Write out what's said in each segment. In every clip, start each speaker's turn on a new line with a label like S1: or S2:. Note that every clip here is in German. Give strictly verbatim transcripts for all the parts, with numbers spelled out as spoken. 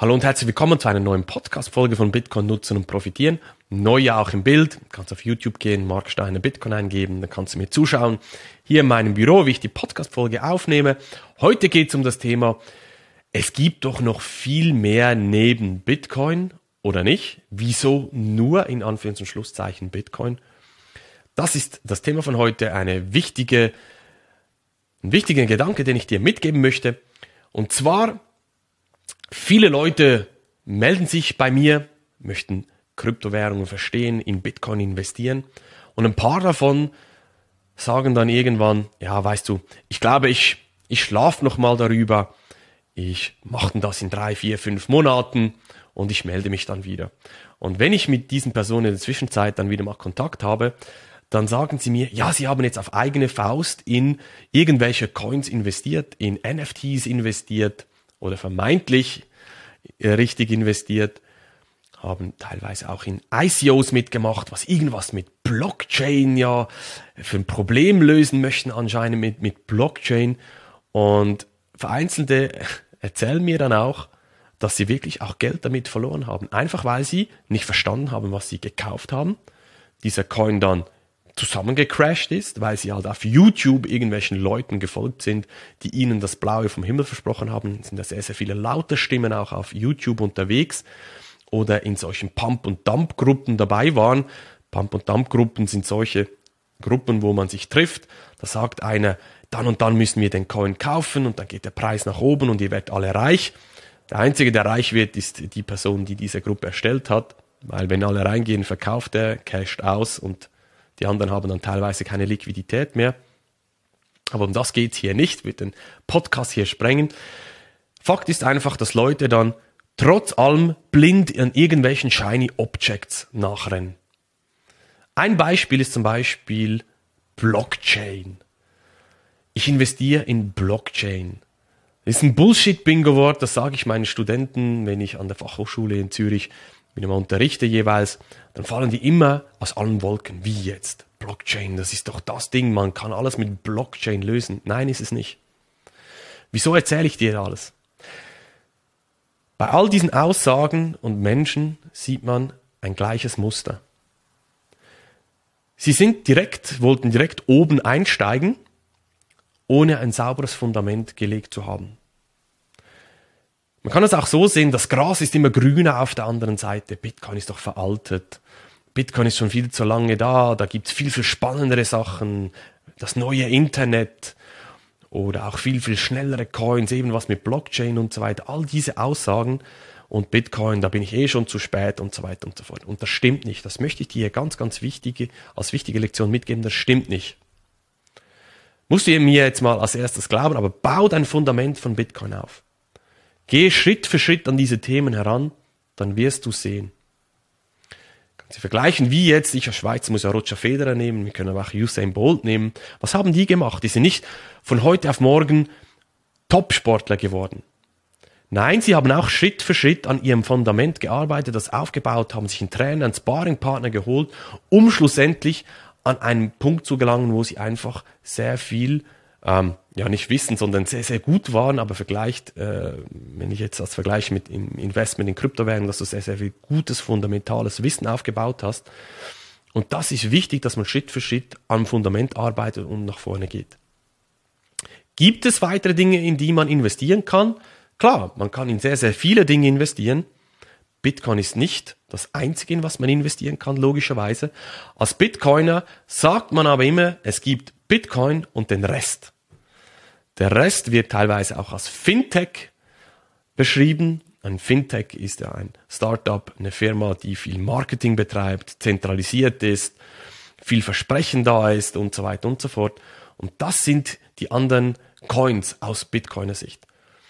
S1: Hallo und herzlich willkommen zu einer neuen Podcast-Folge von Bitcoin nutzen und profitieren. Neu ja auch im Bild. Du kannst auf YouTube gehen, Mark Steiner Bitcoin eingeben, dann kannst du mir zuschauen. Hier in meinem Büro, wie ich die Podcast-Folge aufnehme. Heute geht es um das Thema, es gibt doch noch viel mehr neben Bitcoin oder nicht. Wieso nur in Anführungs- und Schlusszeichen Bitcoin? Das ist das Thema von heute, eine wichtige, ein wichtiger Gedanke, den ich dir mitgeben möchte. Und zwar, viele Leute melden sich bei mir, möchten Kryptowährungen verstehen, in Bitcoin investieren und ein paar davon sagen dann irgendwann, ja, weißt du, ich glaube, ich, ich schlafe noch mal darüber, ich mache das in drei, vier, fünf Monaten und ich melde mich dann wieder. Und wenn ich mit diesen Personen in der Zwischenzeit dann wieder mal Kontakt habe, dann sagen sie mir, ja, sie haben jetzt auf eigene Faust in irgendwelche Coins investiert, in N F Ts investiert, oder vermeintlich richtig investiert, haben teilweise auch in I C Os mitgemacht, was irgendwas mit Blockchain ja für ein Problem lösen möchten anscheinend mit, mit Blockchain. Und vereinzelte erzählen mir dann auch, dass sie wirklich auch Geld damit verloren haben. Einfach weil sie nicht verstanden haben, was sie gekauft haben. Dieser Coin dann zusammengecrashed ist, weil sie halt auf YouTube irgendwelchen Leuten gefolgt sind, die ihnen das Blaue vom Himmel versprochen haben. Es sind da sehr, sehr viele laute Stimmen auch auf YouTube unterwegs oder in solchen Pump- und Dump-Gruppen dabei waren. Pump- und Dump-Gruppen sind solche Gruppen, wo man sich trifft. Da sagt einer, dann und dann müssen wir den Coin kaufen und dann geht der Preis nach oben und ihr werdet alle reich. Der Einzige, der reich wird, ist die Person, die diese Gruppe erstellt hat, weil wenn alle reingehen, verkauft er, casht aus und die anderen haben dann teilweise keine Liquidität mehr. Aber um das geht es hier nicht, wird den Podcast hier sprengen. Fakt ist einfach, dass Leute dann trotz allem blind an irgendwelchen Shiny Objects nachrennen. Ein Beispiel ist zum Beispiel Blockchain. Ich investiere in Blockchain. Das ist ein Bullshit-Bingo-Wort, das sage ich meinen Studenten, wenn ich an der Fachhochschule in Zürich wenn ich mal unterrichte jeweils, dann fallen die immer aus allen Wolken. Wie jetzt? Blockchain, das ist doch das Ding, man kann alles mit Blockchain lösen. Nein, ist es nicht. Wieso erzähle ich dir alles? Bei all diesen Aussagen und Menschen sieht man ein gleiches Muster. Sie sind direkt, wollten direkt oben einsteigen, ohne ein sauberes Fundament gelegt zu haben. Man kann es auch so sehen, das Gras ist immer grüner auf der anderen Seite. Bitcoin ist doch veraltet. Bitcoin ist schon viel zu lange da. Da gibt es viel, viel spannendere Sachen. Das neue Internet oder auch viel, viel schnellere Coins, eben was mit Blockchain und so weiter. All diese Aussagen und Bitcoin, da bin ich eh schon zu spät und so weiter und so fort. Und das stimmt nicht. Das möchte ich dir ganz, ganz wichtige, als wichtige Lektion mitgeben. Das stimmt nicht. Musst du mir jetzt mal als erstes glauben, aber bau dein Fundament von Bitcoin auf. Geh Schritt für Schritt an diese Themen heran, dann wirst du sehen. Kannst du vergleichen, wie jetzt, ich als Schweizer muss ja Roger Federer nehmen, wir können aber auch Usain Bolt nehmen. Was haben die gemacht? Die sind nicht von heute auf morgen Top-Sportler geworden. Nein, sie haben auch Schritt für Schritt an ihrem Fundament gearbeitet, das aufgebaut, haben sich einen Trainer, einen Sparringpartner geholt, um schlussendlich an einen Punkt zu gelangen, wo sie einfach sehr viel Ähm, ja nicht wissen, sondern sehr, sehr gut waren, aber vergleicht, äh, wenn ich jetzt das vergleiche mit im Investment in Kryptowährungen, dass du sehr, sehr viel gutes, fundamentales Wissen aufgebaut hast. Und das ist wichtig, dass man Schritt für Schritt am Fundament arbeitet und nach vorne geht. Gibt es weitere Dinge, in die man investieren kann? Klar, man kann in sehr, sehr viele Dinge investieren. Bitcoin ist nicht das Einzige, in was man investieren kann, logischerweise. Als Bitcoiner sagt man aber immer, es gibt Bitcoin und den Rest. Der Rest wird teilweise auch als Fintech beschrieben. Ein Fintech ist ja ein Startup, eine Firma, die viel Marketing betreibt, zentralisiert ist, viel Versprechen da ist und so weiter und so fort. Und das sind die anderen Coins aus Bitcoiner Sicht.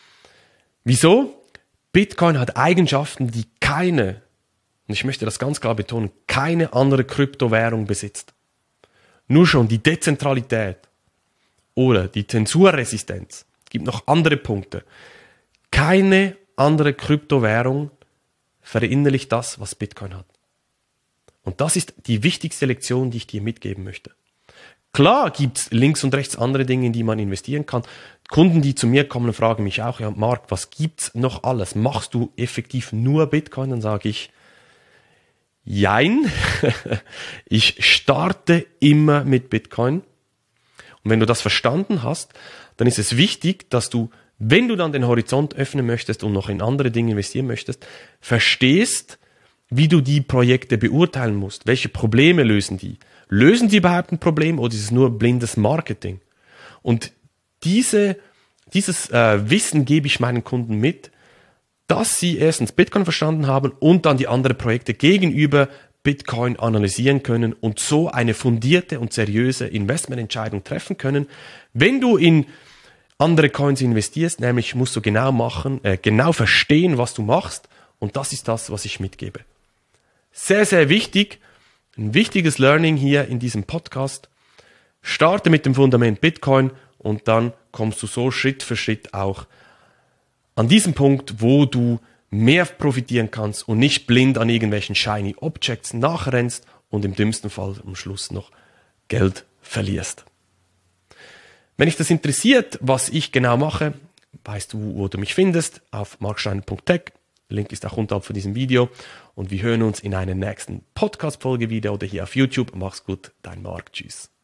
S1: Wieso? Bitcoin hat Eigenschaften, die keine, und ich möchte das ganz klar betonen, keine andere Kryptowährung besitzt. Nur schon die Dezentralität oder die Zensurresistenz. Es gibt noch andere Punkte. Keine andere Kryptowährung verinnerlicht das, was Bitcoin hat. Und das ist die wichtigste Lektion, die ich dir mitgeben möchte. Klar gibt es links und rechts andere Dinge, in die man investieren kann. Kunden, die zu mir kommen, fragen mich auch, ja Marc, was gibt's noch alles? Machst du effektiv nur Bitcoin? Dann sage ich, jein, ich starte immer mit Bitcoin. Und wenn du das verstanden hast, dann ist es wichtig, dass du, wenn du dann den Horizont öffnen möchtest und noch in andere Dinge investieren möchtest, verstehst, wie du die Projekte beurteilen musst. Welche Probleme lösen die? Lösen die überhaupt ein Problem oder ist es nur blindes Marketing? Und diese, dieses äh, Wissen gebe ich meinen Kunden mit, dass sie erstens Bitcoin verstanden haben und dann die anderen Projekte gegenüber Bitcoin analysieren können und so eine fundierte und seriöse Investmententscheidung treffen können. Wenn du in andere Coins investierst, nämlich musst du genau machen, äh, genau verstehen, was du machst, und das ist das, was ich mitgebe. Sehr, sehr wichtig, ein wichtiges Learning hier in diesem Podcast. Starte mit dem Fundament Bitcoin und dann kommst du so Schritt für Schritt auch an diesen Punkt, wo du mehr profitieren kannst und nicht blind an irgendwelchen shiny Objects nachrennst und im dümmsten Fall am Schluss noch Geld verlierst. Wenn dich das interessiert, was ich genau mache, weißt du, wo du mich findest, auf marksteiner punkt tech. Link ist auch unterhalb von diesem Video. Und wir hören uns in einer nächsten Podcast-Folge wieder oder hier auf YouTube. Mach's gut, dein Marc. Tschüss.